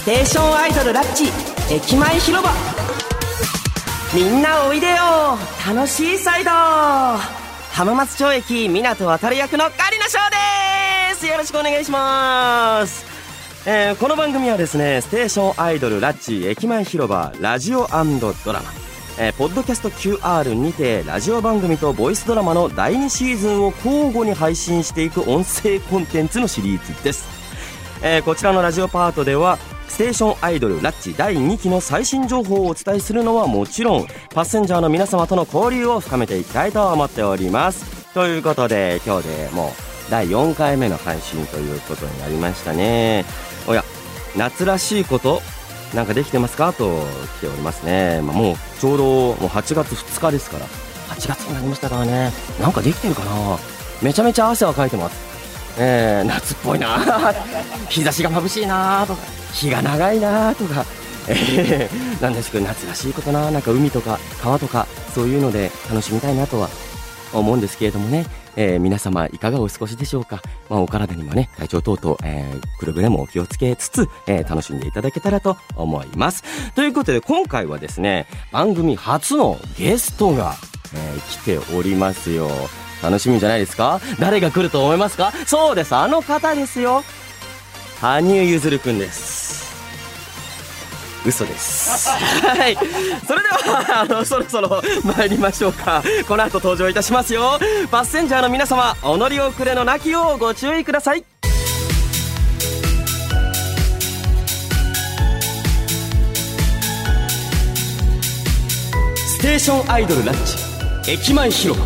テーションアイドルラッチ駅前広場、みんなおいでよ楽しいサイド、浜松町駅港渡る役のカリナショーです。よろしくお願いします。この番組はですね、ステーションアイドルラッチ駅前広場ラジオ&ドラマ、ポッドキャスト QR にてラジオ番組とボイスドラマの第2シーズンを交互に配信していく音声コンテンツのシリーズです。こちらのラジオパートではステーションアイドルラッチ第2期の最新情報をお伝えするのはもちろん、パッセンジャーの皆様との交流を深めていきたいと思っております。ということで今日でもう第4回目の配信ということになりましたね。おや、夏らしいことなんかできてますかと来ておりますね。もうちょうどもう8月2日ですから、8月になりましたからね。なんかできてるかな。めちゃめちゃ汗はかいてます。夏っぽいな日差しが眩しいなとか日が長いなとか、なんですけど夏らしいことな、なんか海とか川とかそういうので楽しみたいなとは思うんですけれどもね。皆様いかがお過ごしでしょうか。お体にもね、体調等々、くれぐれもお気をつけつつ、楽しんでいただけたらと思います。ということで今回はですね、番組初のゲストが、来ておりますよ。楽しみじゃないですか。誰が来ると思いますか。そうです、あの方ですよ。羽生結弦くんです。嘘ですはい、それではそろそろ参りましょうか。この後登場いたしますよ。パッセンジャーの皆様、お乗り遅れのなきようご注意ください。ステーションアイドルラッチ駅前広場、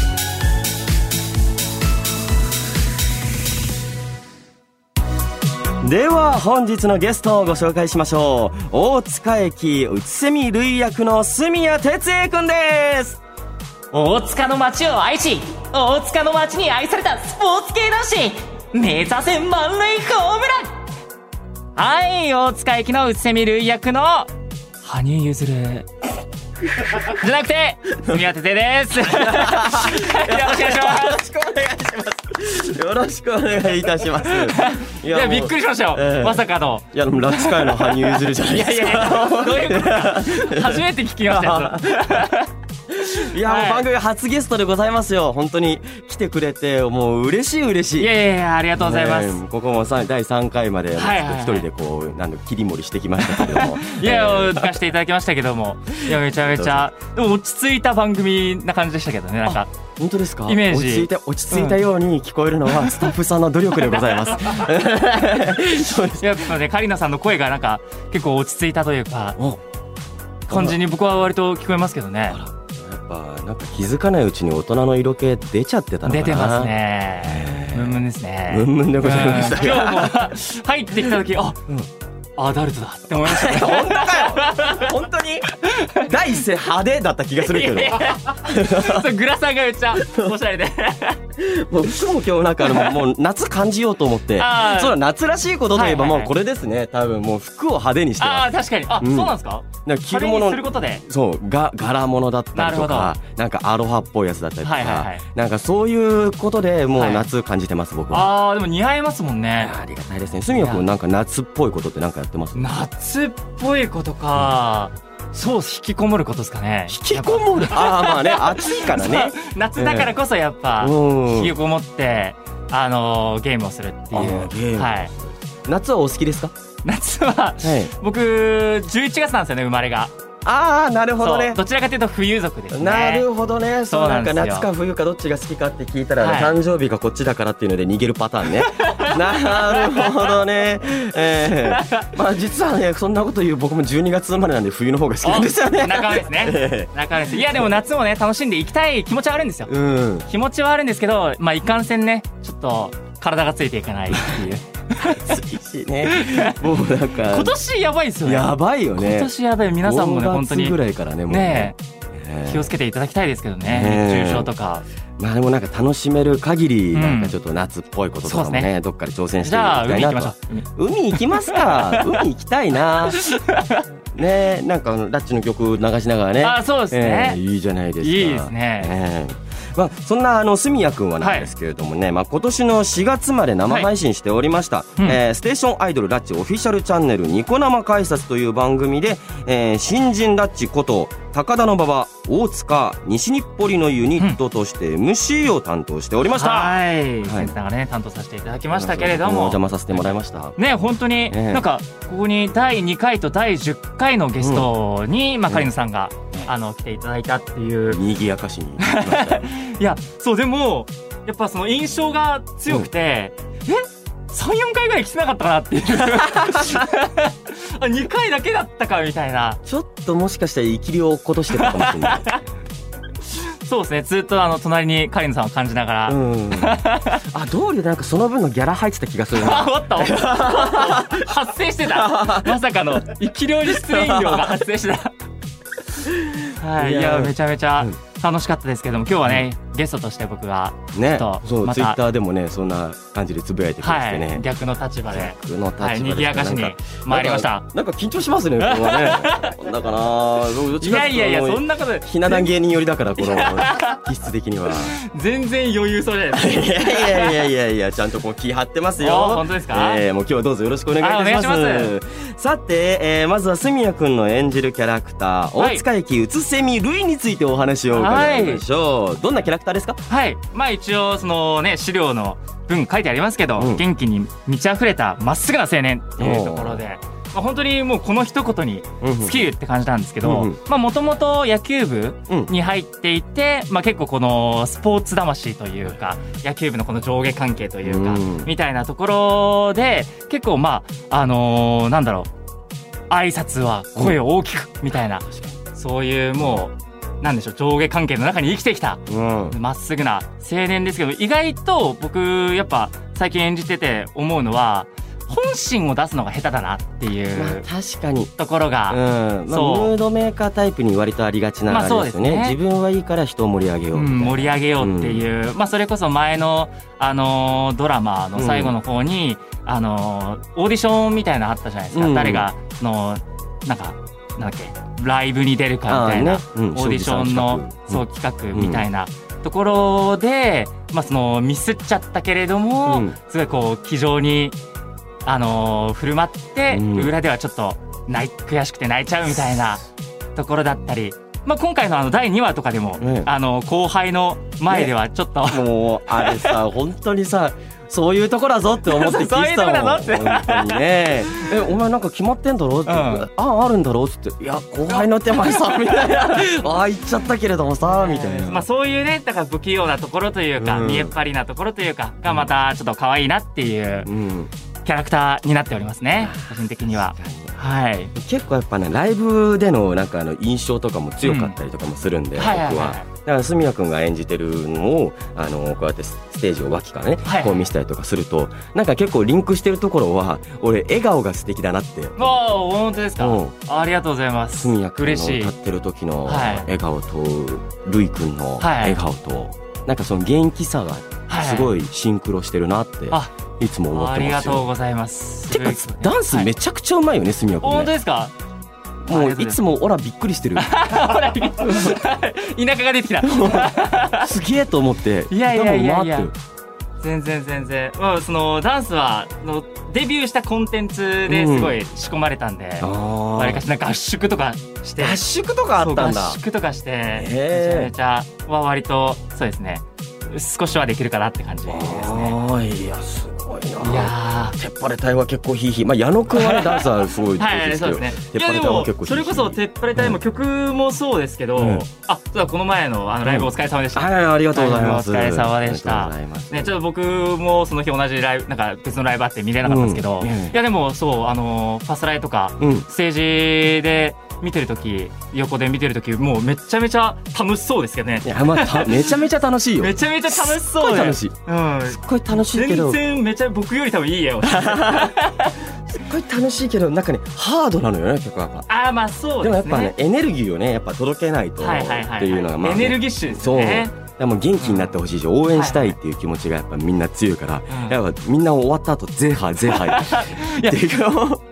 では本日のゲストをご紹介しましょう。大塚駅内蝉類役の住谷哲也くんです。 大塚の街を愛し、大塚の街に愛されたスポーツ系男子、目指せ満塁ホームラン。はい、大塚駅の内蝉類役の羽生結弦じゃなくて住谷哲也ですよろしくお願いします。 よろしくお願いいたします。 いやびっくりしましたよ、まさかの。 いやでもラッチ界の羽生結弦じゃないですか。 いやどういうことか初めて聞きましたよいや、もう番組初ゲストでございますよ。本当に来てくれてもう嬉しい嬉しい。 いやいやありがとうございます。 ここも第3回まで一人でこう切り盛りしてきましたけどもいや聞かせていただきましたけども、いやめちゃめちゃでも落ち着いた番組な感じでしたけどね。なんか本当ですか。 イメージ落ち着いたように聞こえるのはスタッフさんの努力でございますそうです。やっぱね、カリナさんの声がなんか結構落ち着いたというか感じに僕は割と聞こえますけどね。 なんか気づかないうちに大人の色気出ちゃってたのかな。 出てますね。ムンムンですね。 ムンムンでございました。 今日も入ってきた時アダルトだって思いましたね。 本当かよ。本当に第一声派手だった気がするけどグラサンがめっちゃおしゃれでもう服も今日なんかもう夏感じようと思ってそうだ、夏らしいことといえばもうこれですね。多分もう服を派手にしてます。 確かにそうなんですか。 着るものすることでそう柄物だったりとかなんかアロハっぽいやつだったりとかなんかそういうことでもう夏感じてます僕は。 でも似合いますもんね。 ありがたいですね。住谷君なんか夏っぽいことってなんかやってます？ 夏っぽいことか、そう引きこもることですかね。 引きこもるまあね暑いからね夏だからこそやっぱ引きこもってゲームをするっていう。 夏はお好きですか？ 夏は、僕11月なんですよね、生まれが。 なるほどね。 どちらかというと冬族ですね。 なるほどね。そうなんか夏か冬かどっちが好きかって聞いたら、誕生日がこっちだからっていうので逃げるパターンねなるほどね。実はねそんなこと言う僕も12月生まれなんで冬の方が好きなんですよね。 仲間ですね仲間です。いやでも夏もね楽しんでいきたい気持ちはあるんですよ。気持ちはあるんですけど、いかんせんねちょっと体がついていかないっていう暑いしね。もうなんか今年やばいですよね。やばいよね。 今年やばい。皆さんもね本当に 5月ぐらいからねもうね気をつけていただきたいですけどね。熱中症とか。 でもなんか楽しめる限りなんかちょっと夏っぽいこととかもねどっかで挑戦していきたいなと。じゃあ海行きましょう。海行きますか海行きたいなね。なんかラッチの曲流しながらね。 そうですね。 いいじゃないですか。 いいですね。 そんな住谷くんはなんですけれどもね、今年の4月まで生配信しておりました、ステーションアイドルラッチオフィシャルチャンネルニコ生解説という番組で、新人ラッチこと高田馬場、大塚、西日暮里のユニットとして MC を担当しておりました。 はい、センターがね担当させていただきましたけれども、 お邪魔させてもらいましたね。本当になんかここに第2回と第10回のゲストにカリヌさんが来ていただいたっていう賑やかしに来ましたいや、そう、でもやっぱその印象が強くて、3、4回ぐらい来てなかったかなっていう2回だけだったかみたいな、 ちょっともしかしたら生きりを落っことしてたかもしれないそうですね、ずっと隣にカリヌさんを感じながら、 どうりでなんかその分のギャラ入ってた気がするな。 おっと発生してた、まさかの生き量に出演料が発生してたはい、いやめちゃめちゃ楽しかったですけども、今日はね、ゲストとして僕がね、そうツイッターでもねそんな感じでつぶやいてくれてね、 逆の立場で賑やかしに参りました。 なんか緊張しますね、これはねだからいやそんなことひな壇芸人寄りだから、この気質的には全然余裕そうじゃないですかいやちゃんとこう気張ってますよ。 本当ですか。 もう今日はどうぞよろしくお願いいたします。さて、まずは住谷くんの演じるキャラクター、大塚駅うつせみるいについてお話を伺いましょう。どんなキャラクターですか。 はい、一応そのね資料の文書いてありますけど、元気に満ち溢れたまっすぐな青年っていうところで、本当にもうこの一言に尽きるって感じなんですけど、もともと野球部に入っていて、結構このスポーツ魂というか野球部のこの上下関係というか、みたいなところで結構なんだろう、挨拶は声を大きくみたいな、そういうもうなんでしょう、上下関係の中に生きてきたまっすぐな青年ですけど、意外と僕やっぱ最近演じてて思うのは本心を出すのが下手だなっていう確かにところが、 ムードメーカータイプに割とありがちなあれですよね。自分はいいから人を盛り上げようみたいな、 盛り上げようっていう、それこそ前の、ドラマの最後の方に、オーディションみたいなのあったじゃないですか、誰がなんだっけライブに出るかみたいな、オーディションの企画みたいなところで、そのミスっちゃったけれども、すごいこう気丈に振る舞って、裏ではちょっと悔しくて泣いちゃうみたいなところだったり、今回の第2話とかでも、後輩の前ではちょっと、 もうあれさ本当にさそういうとこだぞって思って聞いてたもん本当にねお前なんか決まってんだろって、あるんだろって言って、いや後輩の手前さみたいな言っちゃったけれどもさみたいな、 そういうね、だから不器用なところというか、見えっ張りなところというかがまたちょっと可愛いなっていうキャラクターになっておりますね、個人的には。はい、 結構やっぱねライブでのなんか印象とかも強かったりとかもするんで、僕はだから住谷くんが演じてるのをこうやってステージを脇からね、こう見せたりとかすると、なんか結構リンクしてるところは俺笑顔が素敵だなって。 本当ですか。ありがとうございます。 住谷くんの歌ってる時の笑顔とるいくんの笑顔と、なんかその元気さがすごいシンクロしてるなっていつも思ってますよ。 ありがとうございます。 てかダンスめちゃくちゃうまいよね、住谷くんね。 本当ですか。 もういつもオラびっくりしてる田舎が出てきたすげえと思って。 いや全然そのダンスはデビューしたコンテンツですごい仕込まれたんで、わりかし合宿とかして、 合宿とかあったんだ。 合宿とかしてめちゃめちゃは割とそうですね、少しはできるかなって感じですね。 いやすごいな。 いや鉄パレ隊は結構ヒーヒー、矢野くんはねダンサーすごいですけど、鉄パレ隊は結構ヒーヒー。 それこそ鉄パレ隊も曲もそうですけど、そうだ、この前のライブお疲れ様でした。 ありがとうございます。 お疲れ様でした。ね、ちょっと僕もその日同じライブなんか別のライブあって見れなかったんですけど、いやでもそうファスライとかステージで見てるとき、横で見てるとき、もうめちゃめちゃ楽しそうですけどね。 いやめちゃめちゃ楽しいよ。 めちゃめちゃ楽しそうで。 楽しい。すっごい楽しいけど。 全然めちゃ僕より多分いいよ。 すっごい楽しいけど、なんかねハードなのよね、結構やっぱ。 そうですね。 でもやっぱねエネルギーをねやっぱ届けないとっていうのがエネルギッシュですね。 でも元気になってほしいし、応援したいっていう気持ちがやっぱみんな強いから、やっぱみんな終わった後ゼーハーっていう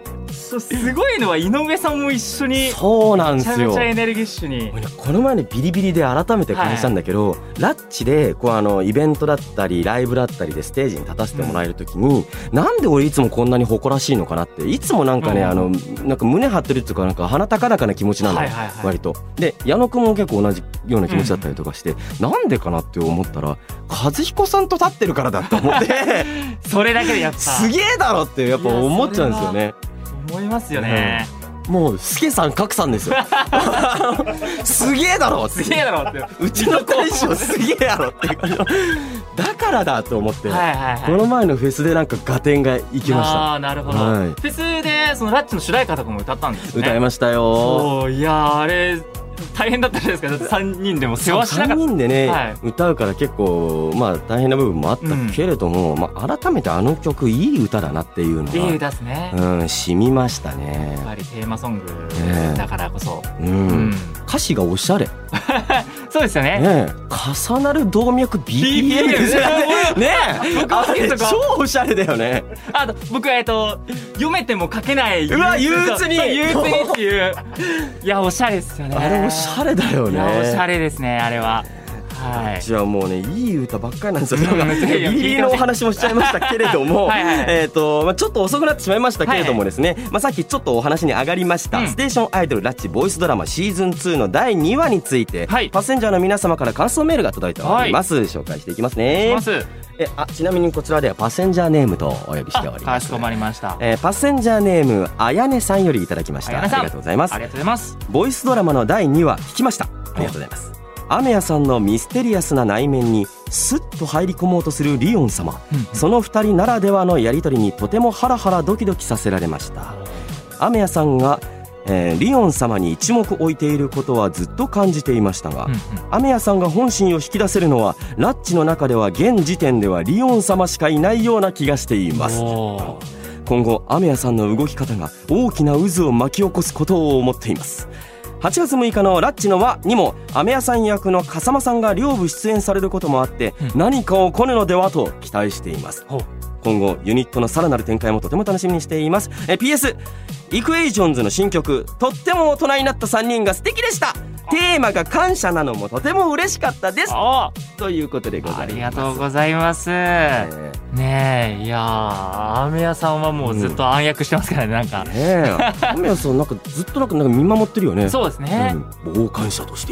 すごいのは井上さんも一緒にそうなんですよ。 めちゃめちゃエネルギッシュに。 この前ねビリビリで改めて感じたんだけど、ラッチでこうイベントだったりライブだったりでステージに立たせてもらえるときに、なんで俺いつもこんなに誇らしいのかなって、いつもなんかね、なんか胸張ってるっていうか、なんか鼻高々な気持ちなのよ、割と。で矢野くんも結構同じような気持ちだったりとかして、なんでかなって思ったら和彦さんと立ってるからだって思ってそれだけでやっぱすげえだろってやっぱ思っちゃうんですよね。 思いますよね。 もうスケさん格さんですよすげえだろすげえだろってうちの大将すげえやろっていう感じのだからだと思って、この前のフェスでなんか合点がいきました。 あ、なるほど、フェスでそのラッチの主題歌とかも歌ったんですね。 歌いましたよ。 そう、いやあれ大変だったじゃないですか。だって3人でも世話しなかった。 3人でね、歌うから結構まあ大変な部分もあったけれども、まあ改めてあの曲いい歌だなっていうのは、 いい歌ですね。 染みましたね。 やっぱりテーマソングだからこそ、 歌詞がおしゃれそうですよね。 重なる動脈 BPM ですよね。あれ超おしゃれだよね。 あと僕読めても書けない憂鬱にっていういやおしゃれですよね。 あれおしゃれだよね。 おしゃれですねあれは。 じゃあもうねいい歌ばっかりなんですよ。ビリビリのお話もしちゃいましたけれどもちょっと遅くなってしまいましたけれどもですね、さっきちょっとお話に上がりました、ステーションアイドルラッチボイスドラマシーズン2の第2話について、パッセンジャーの皆様から感想メールが届いております。紹介していきますね。ちなみにこちらではパッセンジャーネームとお呼びしております。 かしこまりました。 パッセンジャーネームあやねさんよりいただきました。ありがとうございます。 ありがとうございます。 ボイスドラマの第2話聞きました。ありがとうございます。アメヤさんのミステリアスな内面にスッと入り込もうとするリオン様、その2人ならではのやり取りにとてもハラハラドキドキさせられました。アメヤさんが、リオン様に一目置いていることはずっと感じていましたが、アメヤさんが本心を引き出せるのはラッチの中では現時点ではリオン様しかいないような気がしています。今後アメヤさんの動き方が大きな渦を巻き起こすことを思っています。8月6日のラッチの輪にもアメヤさん役の笠間さんが両部出演されることもあって、何か起こるのではと期待しています。今後ユニットのさらなる展開もとても楽しみにしています。PS イクエイジョンズの新曲とっても大人になった3人が素敵でした。テーマが感謝なのもとても嬉しかったですということでございます。 ありがとうございます。ねえ、いやーアメヤさんはもうずっと暗躍してますからね。なんかアメヤさんなんかずっとなんか見守ってるよね。 そうですね、 傍観者として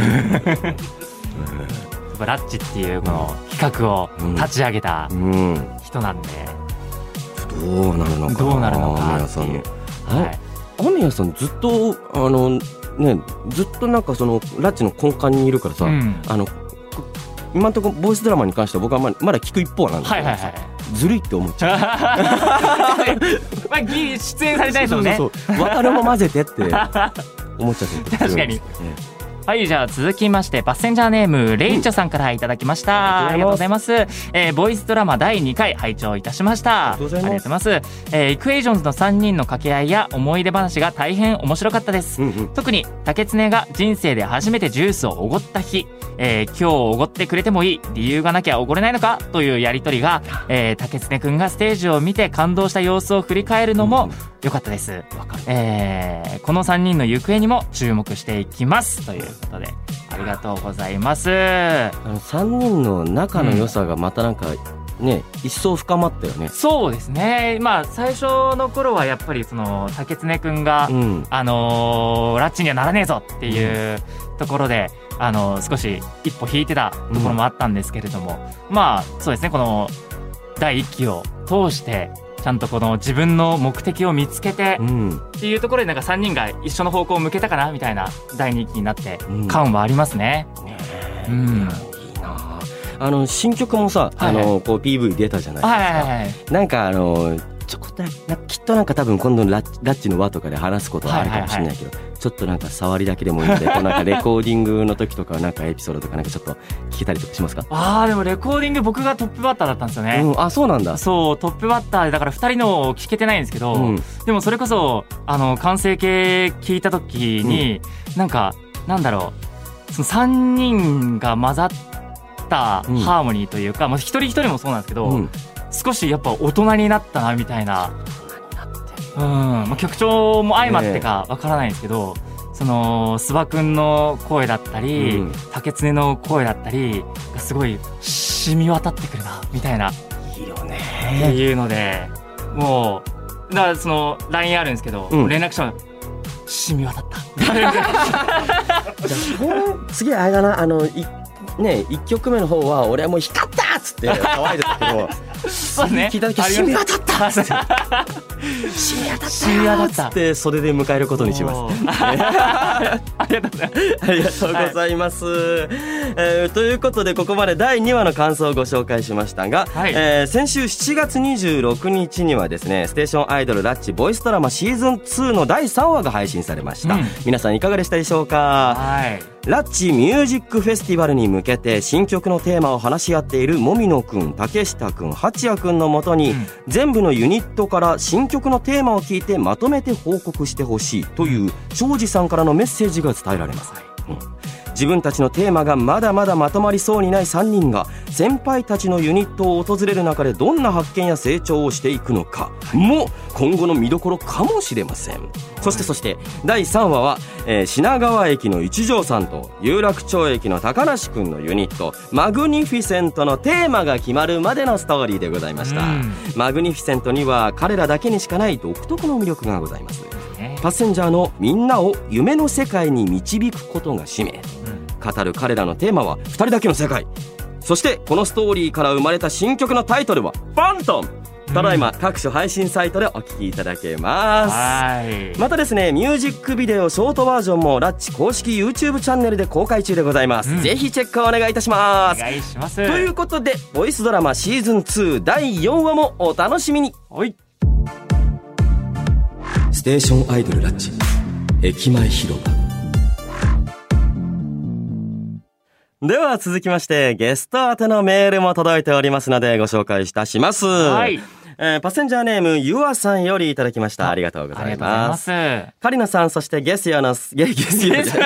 ラッチっていうこの企画を立ち上げた人なんで、 どうなるのかアメヤさんの。アメヤさんずっとずっとなんかそのラッチの根幹にいるからさ、今のところボイスドラマに関しては僕はまだ聞く一方なんだけどさ、ずるいって思っちゃう出演されたいですよね。 渡るも混ぜてって思っちゃって確かに。はい、じゃあ続きましてパッセンジャーネームレイチョさんからいただきました。ありがとうございます。ボイスドラマ第2回拝聴いたしました。ありがとうございます。イクエイジョンズの3人の掛け合いや思い出話が大変面白かったです。特に竹常が人生で初めてジュースをおごった日、今日おごってくれてもいい、理由がなきゃおごれないのかというやりとりが、竹常くんがステージを見て感動した様子を振り返るのも良かったです。この3人の行方にも注目していきますということで、ありがとうございます。 3人の仲の良さがまたなんかね、一層深まったよね。 そうですね。最初の頃はやっぱりその竹常くんが、ラッチにはならねえぞっていうところで少し一歩引いてたところもあったんですけれども、そうですね、この第1期を通してちゃんとこの自分の目的を見つけてっていうところでなんか3人が一緒の方向を向けたかなみたいな第2期になって感はありますね。 いいな。新曲もさ、こう PV 出たじゃないですか。なんかちょこっときっとなんか多分今度のラッチの輪とかで話すことはあるかもしれないけど、ちょっとなんか触りだけでもいいのでこうなんかレコーディングの時とかなんかエピソードとかなんかちょっと聞けたりとかしますか？ でもレコーディング僕がトップバッターだったんですよね。 そうなんだ。 そう、トップバッターでだから2人の聞けてないんですけど、でもそれこそ完成形聞いた時に、なんかなんだろう、その3人が混ざったハーモニーというか、一人一人もそうなんですけど、少しやっぱ大人になったなみたいな。 まあ、曲調も相まってかわからないんですけど、その須葉くんの声だったり、竹常の声だったりがすごい染み渡ってくるなみたいな、 いいよねっていうので、もうだからその LINE あるんですけど、連絡したら染み渡った次あれだな、1曲目の方は俺はもう光ったっつって騒いでたけどそうね、 聞いた時染み渡ったっつって染み渡ったっつって袖で迎えることにしますありがとうございます。 ありがとうございます、ということでここまで第2話の感想をご紹介しましたが、先週7月26日にはですね、ステーションアイドルラッチボイスドラマシーズン2の第3話が配信されました、皆さんいかがでしたでしょうか。ラッチミュージックフェスティバルに向けて新曲のテーマを話し合っているもみのくん、竹下くん、八谷くんのもとに、全部のユニットから新曲のテーマを聞いてまとめて報告してほしいという庄司さんからのメッセージが伝えられます、自分たちのテーマがまだまだまとまりそうにない3人が先輩たちのユニットを訪れる中でどんな発見や成長をしていくのかも今後の見どころかもしれません。そして第3話は、品川駅の一条さんと有楽町駅の高梨くんのユニットマグニフィセントのテーマが決まるまでのストーリーでございました、マグニフィセントには彼らだけにしかない独特の魅力がございます。パッセンジャーのみんなを夢の世界に導くことが使命、語る彼らのテーマは2人だけの世界。そしてこのストーリーから生まれた新曲のタイトルはファントム。ただいま各種配信サイトでお聴きいただけます。またですね、ミュージックビデオショートバージョンもラッチ公式 YouTube チャンネルで公開中でございます、ぜひチェックをお願いいたします。 お願いします。 ということでボイスドラマシーズン2第4話もお楽しみに。ステーションアイドルラッチ駅前広場では続きましてゲスト宛てのメールも届いておりますのでご紹介いたします。パッセンジャーネームゆあさんよりいただきました。ありがとうございます。カリナさん、そしてゲスヤのゲス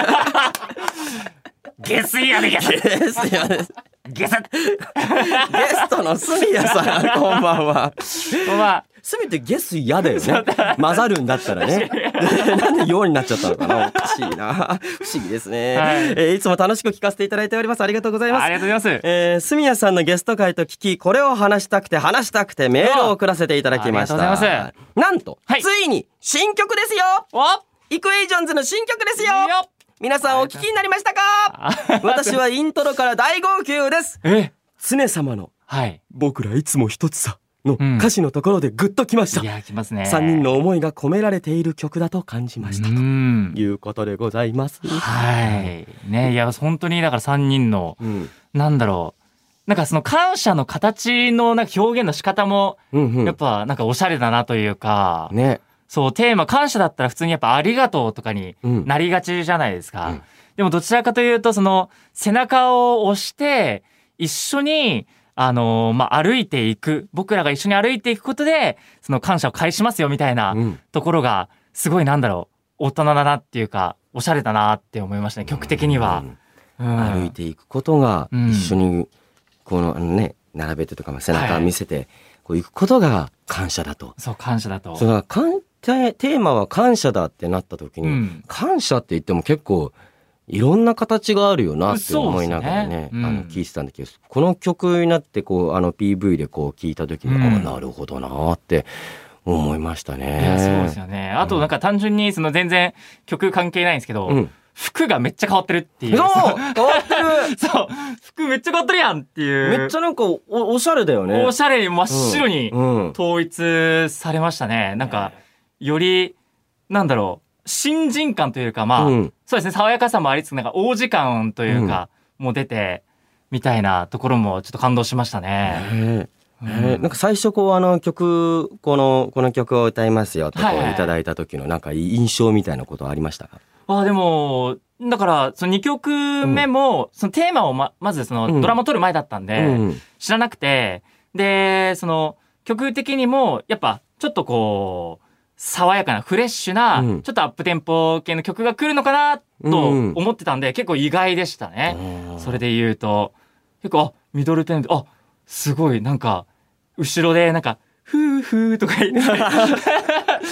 トのスミヤさん、こんばんは。せめてゲス嫌だよね。混ざるんだったらね。なんでようになっちゃったのかな。おかしいな。不思議ですね、いつも楽しく聞かせていただいております。ありがとうございます。 ありがとうございます。 スミヤさんのゲスト会と聞き、これを話したくてメールを送らせていただきました。 ありがとうございます。 なんと、ついに新曲ですよ。イクエイジョンズの新曲ですよ。皆さんお聞きになりましたか？私はイントロから大号泣です。常様の、僕らいつも一つさの歌詞のところでグッときました。 いや、きますね。 3人の思いが込められている曲だと感じましたということでございます。 ね、いや本当にだから3人の、なんだろう、なんかその感謝の形のなんか表現の仕方もやっぱなんかおしゃれだなというか、そうテーマ感謝だったら普通にやっぱありがとうとかになりがちじゃないですか。でもどちらかというとその背中を押して一緒に歩いていく、僕らが一緒に歩いていくことでその感謝を返しますよみたいなところがすごいなんだろう、大人だなっていうかおしゃれだなって思いましたね、曲的には。 歩いていくことが一緒にこのね並べてとか背中を見せてこう行くことが感謝だと。 そう、感謝だと。 それがテーマは感謝だってなった時に、感謝って言っても結構いろんな形があるよなって思いながらね、聞いてたんだけど、この曲になってこうPV でこう聞いた時に、なるほどなって思いましたね。 そうですよね。あとなんか単純にその全然曲関係ないんですけど、服がめっちゃ変わってるっていう。 そう変わってるそう服めっちゃ変わってるやんっていう。 めっちゃなんかおしゃれだよね。 おしゃれに真っ白に統一されましたね。なんかよりなんだろう、新人感というか、そうですね、爽やかさもありつつなんか王子感というか、も出てみたいなところもちょっと感動しましたね。 なんか最初こう曲この曲を歌いますよってこういただいた時のなんか印象みたいなことはありましたか？ でもだからその2曲目もそのテーマをまずそのドラマ撮る前だったんで知らなくて、でその曲的にもやっぱちょっとこう爽やかなフレッシュなちょっとアップテンポ系の曲が来るのかなと思ってたんで、結構意外でしたね。それで言うと結構ミドルテンすごいなんか後ろでなんかフーフーとか言って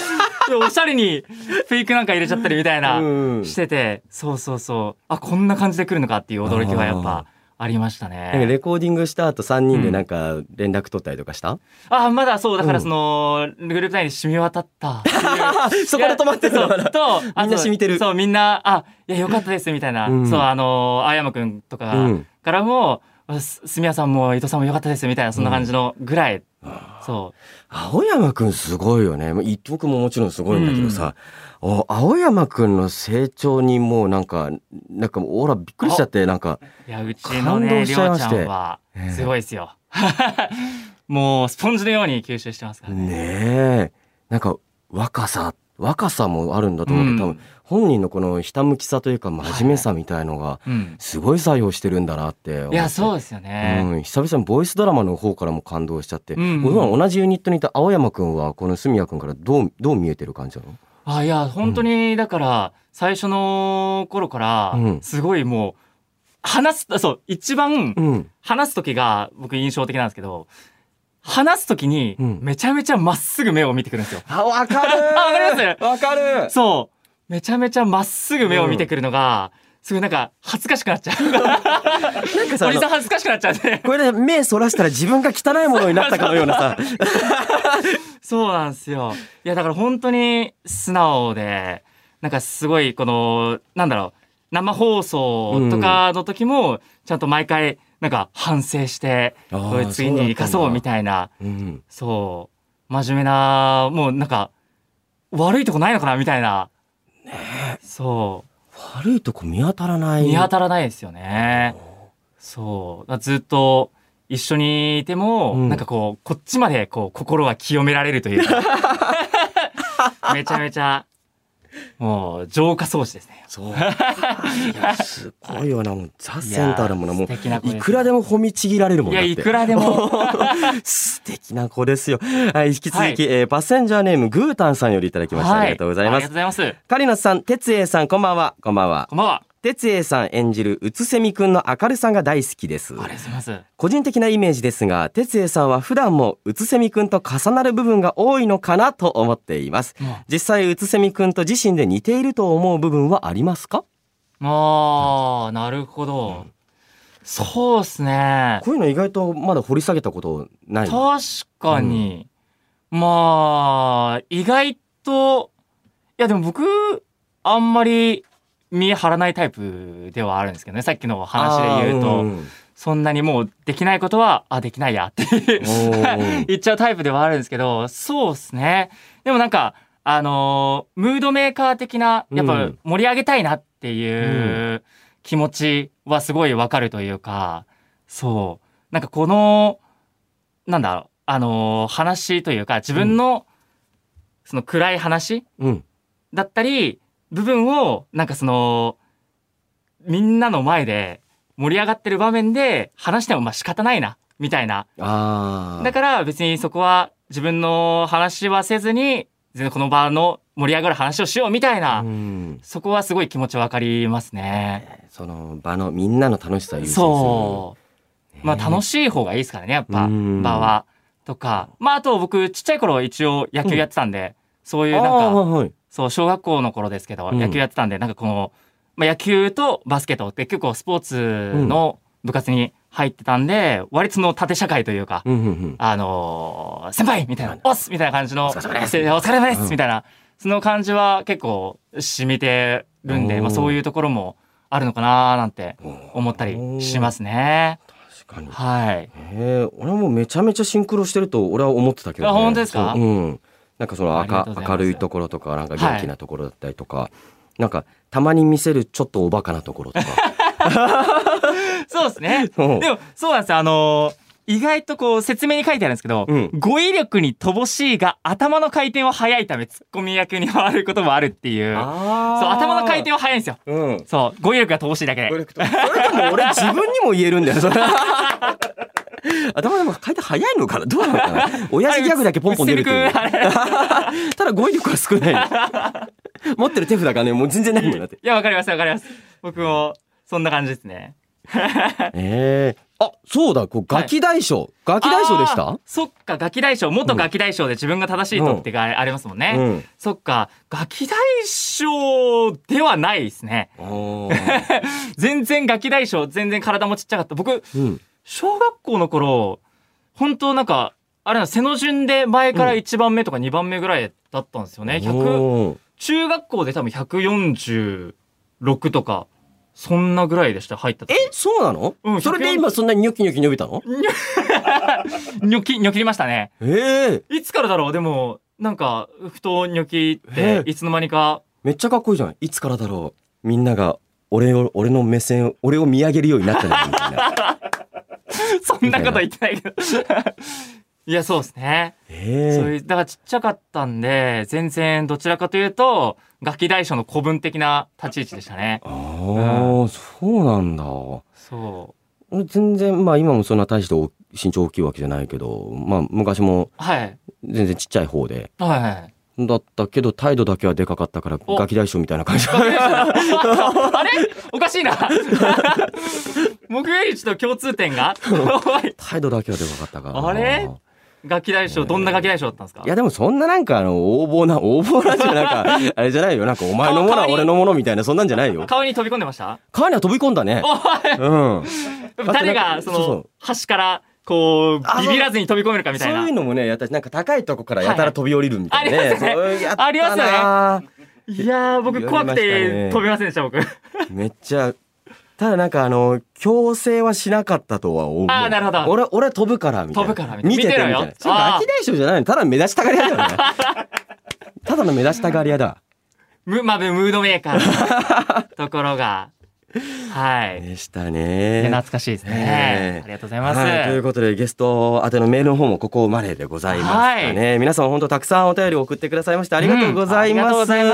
おしゃれにフェイクなんか入れちゃったりみたいなうんしてて、そうそうそう、あ、こんな感じで来るのかっていう驚きはやっぱありましたなんかね。 レコーディングした後3人でなんか連絡取ったりとかした？ あ、まだそうだからそのグループ内に染み渡ったっていうそこで止まってるのまだそうと、 みんな染みてる。 そうみんな、あ、いやよかったですみたいな、 うんそう青山くんとかからも、住谷さんも伊藤さんもよかったですみたいな、そんな感じのぐらい、そう青山くんすごいよね。伊藤くんももちろんすごいんだけどさ、青山くんの成長にもうなんかオーラびっくりしちゃって、なんかいやうちの感動ねりょうちゃしちゃいましてんはすごいですよ。もうスポンジのように吸収してますからね。 ねえ、なんか若さもあるんだと思うけど、多分本人のこのひたむきさというか真面目さみたいのがすごい作用してるんだなって思って、 いやそうですよね、 久々にボイスドラマの方からも感動しちゃって、僕は同じユニットにいた青山くんはこの住谷くんからどう見えてる感じなの？ いや本当にだから最初の頃からすごいもうそう一番話す時が僕印象的なんですけど、話す時にめちゃめちゃまっすぐ目を見てくるんですよ。 わかるわかります？ わかる。 そうめちゃめちゃまっすぐ目を見てくるのが、すごいなんか恥ずかしくなっちゃう。なんかさ、おじさん恥ずかしくなっちゃうね。 これで目そらしたら自分が汚いものになったかのようなさ。 そうなんですよ。いやだから本当に素直で、なんかすごいこのなんだろう、生放送とかの時もちゃんと毎回なんか反省して、これ次に生かそうみたいな、そう真面目な、もうなんか悪いとこないのかなみたいな。そう悪いとこ見当たらないですよね。そうずっと一緒にいても、なんかこっちまで心は清められるというかめちゃめちゃもう浄化装置ですね。 そう。いやすごいよな、もうザ・センターだもんな、もういくらででも褒めちぎられるもんだって。 いくらでも素敵な子ですよ。はい、引き続き、パッセンジャーネームグータンさんよりいただきました。ありがとうございます。 ありがとうございます。 カリナさん、哲英さん、こんばんは。こんばんは。 こんばんは。 哲英さん演じるうつせみくんの明るさが大好きです。 ありがとうございます。 個人的なイメージですが、哲英さんは普段もうつせみくんと重なる部分が多いのかなと思っています。実際うつせみくんと自身で似ていると思う部分はありますか？ なるほど。そうですね。 こういうの意外とまだ掘り下げたことない。 確かに、意外と、いやでも僕あんまり見え張らないタイプではあるんですけどね。さっきの話で言うと、そんなにもうできないことはできないやって言っちゃうタイプではあるんですけど、そうですね。でもなんかムードメーカー的な、やっぱ盛り上げたいなっていう気持ちはすごいわかるというか、そうなんかこのなんだろう、話というか自分のその暗い話だったり部分をなんかそのみんなの前で盛り上がってる場面で話しても仕方ないなみたいな。だから別にそこは自分の話はせずに全然この場の盛り上がる話をしようみたいな、そこはすごい気持ちわかりますね。 その場のみんなの楽しさを優先する。そう、 楽しい方がいいですからね、やっぱ場はとか。あと僕ちっちゃい頃一応野球やってたんで、そういうなんか、そう小学校の頃ですけど、野球やってたんで、なんかこの、野球とバスケとって結構スポーツの部活に入ってたんで、割とその縦社会というか、先輩みたいな、おっすみたいな感じの、お疲れ様ですみたいな、その感じは結構染みてるんで、そういうところもあるのかななんて思ったりしますね。 確かに。 はい。 俺はもうめちゃめちゃシンクロしてると俺は思ってたけどね。 本当ですか？ なんかその明るいところとか、なんか元気なところだったりとか、なんかたまに見せるちょっとおバカなところとか。 そうですね。でもそうなんですよ。意外とこう説明に書いてあるんですけど、語彙力に乏しいが頭の回転は速いためツッコミ役に回ることもあるっていう。そう頭の回転は速いんですよ。そう語彙力が乏しいだけで。それでも俺自分にも言えるんだよ。頭でも回転早いのかな、どうなのかな。親父ギャグだけポンポン出るっていう。ただ語彙力は少ない。持ってる手札がね、もう全然ないもんだって。 いやわかりますわかります。僕もそんな感じですね。 あ、そうだ、こうガキ大将、ガキ大将でした？ そっか、ガキ大将、元ガキ大将で自分が正しいとってがありますもんね。 うん、 そっか、ガキ大将ではないですね。全然ガキ大将、全然体もちっちゃかった。僕、小学校の頃、本当なんか、あれな、背の順で前から1番目とか2番目ぐらいだったんですよね。中学校で多分146とか、そんなぐらいでした、入った時。 そうなの？それで今そんなにニョキニョキ伸びたの？ ニョキりましたね。いつからだろう？でも、なんか、ふとニョキって、いつの間にか。 めっちゃかっこいいじゃん。いつからだろう？みんなが、俺の目線、俺を見上げるようになったのみたいな。 そんなこと言ってないけど。いや、そうですね。そういう、だからちっちゃかったんで、全然どちらかというと、ガキ大将の古文的な立ち位置でしたね。 そうなんだ。 そう。 全然、まあ今もそんな大して身長大きいわけじゃないけど、まあ昔も、全然ちっちゃい方で。だったけど、態度だけはでかかったから、ガキ大将みたいな感じ。 あれおかしいな。僕よりちょっと共通点が態度だけはでかかったから。 あれガキ大将、どんなガキ大将だったんですか？ いやでもそんななんか横暴なじゃなんか、あれじゃないよ。なんかお前のものは俺のものみたいな、そんなんじゃないよ。 川に飛び込んでました？ 川には飛び込んだね。 誰が、端から、こう、ビビらずに飛び込めるかみたいな。 そういうのもね、やったし、なんか高いとこからやたら飛び降りるみたいなね。 ありますよね。いやー、僕怖くて飛びませんでした、僕。 めっちゃ、ただなんか強制はしなかったとは思う。 なるほど。 俺飛ぶからみたいな。 飛ぶからみたいな。 見ててみたいな。ガキ大将じゃないの。ただ目立ちたがり屋だよね。ただの目立ちたがり屋だ。 ムードメーカーのところが。 でしたね。 懐かしいですね。ありがとうございます。 ということでゲスト宛てのメールの方もここまででございましたね。皆さん本当たくさんお便りを送ってくださいましてありがとうございます。ありがとうございます。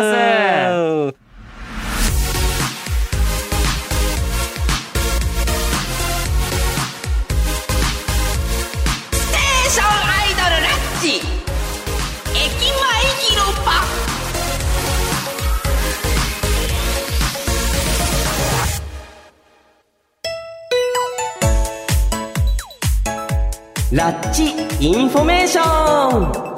ラッチインフォメーション。こ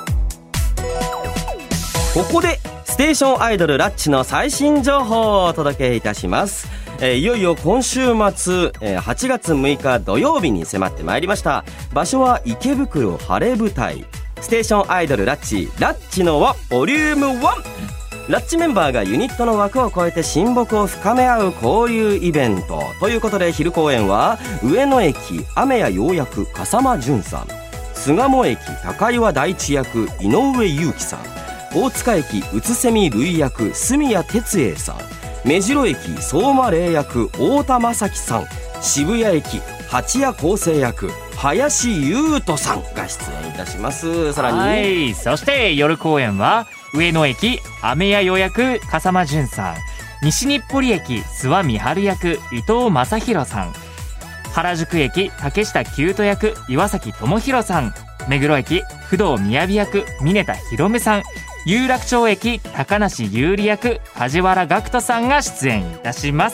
こでステーションアイドルラッチの最新情報をお届けいたします。いよいよ今週末、8月6日土曜日に迫ってまいりました。場所は池袋晴れ舞台ステーションアイドルラッチの輪ボリューム1。ラッチメンバーがユニットの枠を超えて親睦を深め合う交流イベントということで、昼公演は上野駅雨やようやく笠間淳さん、巣鴨駅高岩大地役井上裕樹さん、大塚駅うつせみるい役住谷哲英さん、目白駅相馬霊役太田正樹さん、渋谷駅八谷構成役林優斗さんが出演いたします。さらに、 そして夜公演は上野駅雨やようやく笠間淳さん、西日暮里駅諏訪美春役伊藤正弘さん、原宿駅竹下九斗役岩崎智弘さん、目黒駅不動雅役峯田博美さん、有楽町駅高梨優里役梶原岳人さんが出演いたします。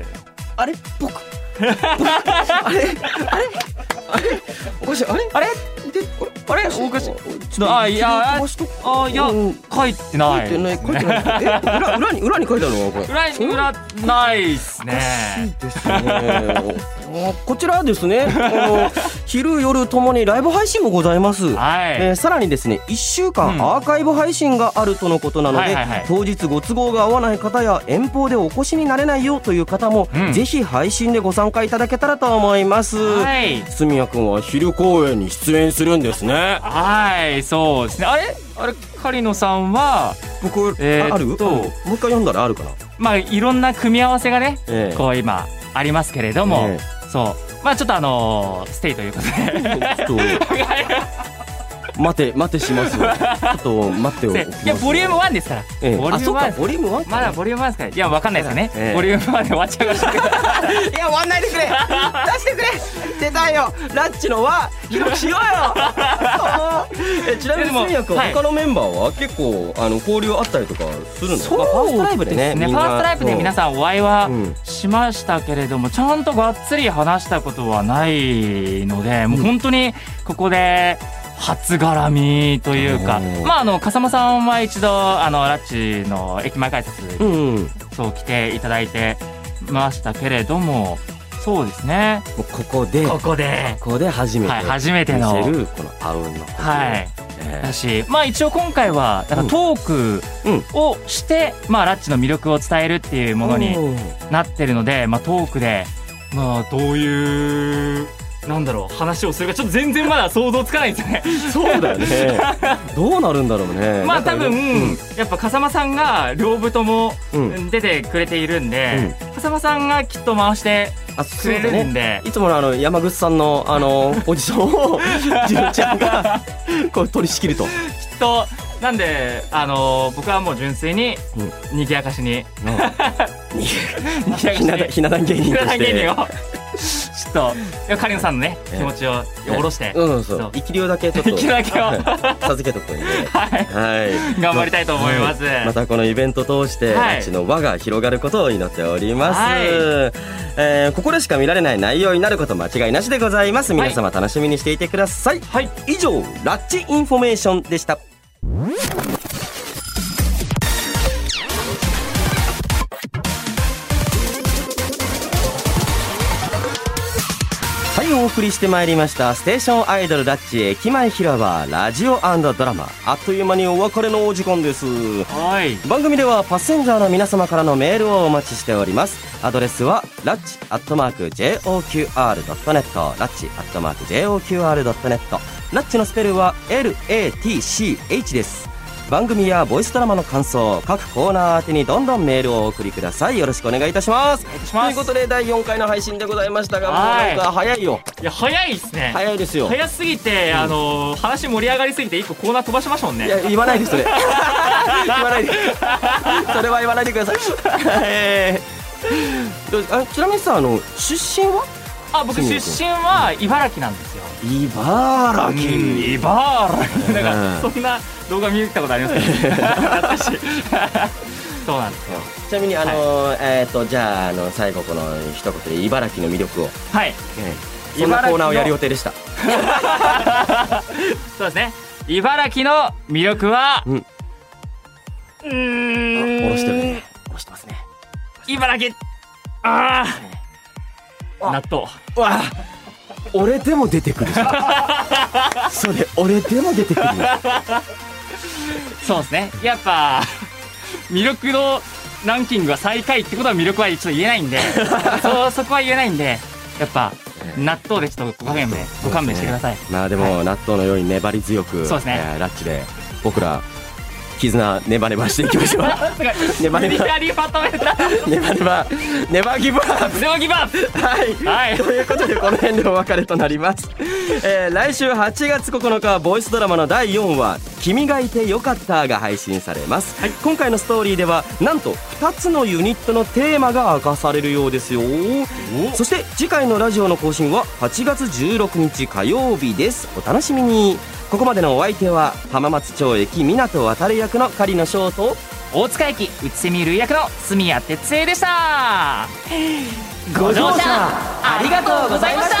あれ僕あれおかしい、あれおかしい。 いや書いてない。 裏に書いてあるのこれ。 裏ないっすね。 こちらはですね、昼夜ともにライブ配信もございます。さらにですね、1週間アーカイブ配信があるとのことなので、当日ご都合が合わない方や遠方でお越しになれないよという方も、ぜひ配信でご参加いただけたらと思います。住谷くんは昼公演に出演するんですね。 そうですね。あれ狩野さんは僕ある？もう一回読んだらあるかな。 まあいろんな組み合わせがね、こう今ありますけれども、そうまあちょっとステイということで待てします。ちょっと待っておきます。 いやボリューム1ですから。 ボリューム1 まだボリューム1ですから。いやわかんないですよね。ボリューム1で終わっちゃうから。 いや終わんないでくれ。出してくれ。出たよ。ラッチの輪広くしようよ。ちなみに住谷君他のメンバーは結構交流あったりとかするんですか？ ファーストライブでね。ファーストライブで皆さんお会いはししましたけれども、ちゃんとがっつり話したことはないので、もう本当にここで初絡みというか、笠間さんは一度ラッチの駅前改札にそう来ていただいてましたけれども、そうですね、 もうここで初めての見せるこのあうんの呼吸、 だし、一応今回はなんかトークをして、ラッチの魅力を伝えるっていうものになってるので、トークでどういう話をするかちょっと全然まだ想像つかないんですよね。 そうだよね。どうなるんだろうね。 多分、やっぱ笠間さんが両部とも出てくれているんで、笠間さんがきっと回してくれるんで、 いつもの山口さんのポジションをジロちゃんがこう取り仕切ると。きっとなんで僕はもう純粋ににぎやかしにひな壇芸人としてちょっとカリノさんのね気持ちを下ろして生き量だけちょっと授けとくんで頑張りたいと思います。 またこのイベント通してラッチの輪が広がることを祈っております。ここでしか見られない内容になること間違いなしでございます。皆様楽しみにしていてください。以上ラッチインフォメーションでした。お送りしてまいりましたステーションアイドルラッチ駅前広場ラジオ&ドラマ、あっという間にお別れのお時間です。番組ではパッセンジャーの皆様からのメールをお待ちしております。アドレスはratch@joqr.net ラッチ@joqr.net。 ラッチのスペルは LATCH です。番組やボイスドラマの感想、各コーナー宛てにどんどんメールをお送りください。よろしくお願いいたします。ということで第4回の配信でございましたが、もうなんか早いよ。 いや早いですね。 早いですよ。 早すぎて、話盛り上がりすぎて1個コーナー飛ばしましたもんね。 いや言わないでそれ言わないでそれは言わないでください。ちなみにさ、出身は？ 僕出身は茨城なんですよ。 茨城なんかそんな動画見たことありますか？そうなんですよ。 ちなみにじゃあ最後この一言で茨城の魅力を。そんなコーナーをやる予定でした。 そうですね。茨城の魅力は下ろしてるね。下ろしてますね。 茨城納豆。 俺でも出てくるじゃん。それ俺でも出てくる。 そうですね。やっぱ魅力のランキングが最下位ってことは魅力はちょっと言えないんでそこは言えないんで、やっぱ納豆でちょっとご勘弁してください。 でも納豆のように粘り強く、ラッチで僕ら絆ネバネバしていきましょう。ネバネバネバギブアップ。はい、ということでこの辺でお別れとなります。来週8月9日ボイスドラマの第4話君がいてよかったが配信されます。今回のストーリーではなんと2つのユニットのテーマが明かされるようですよ。そして次回のラジオの更新は8月16日火曜日です。お楽しみに。ここまでのお相手は浜松町駅港渡る役の狩野翔と大塚駅内瀬見る役の住谷哲恵でした。 ご乗車ありがとうございました。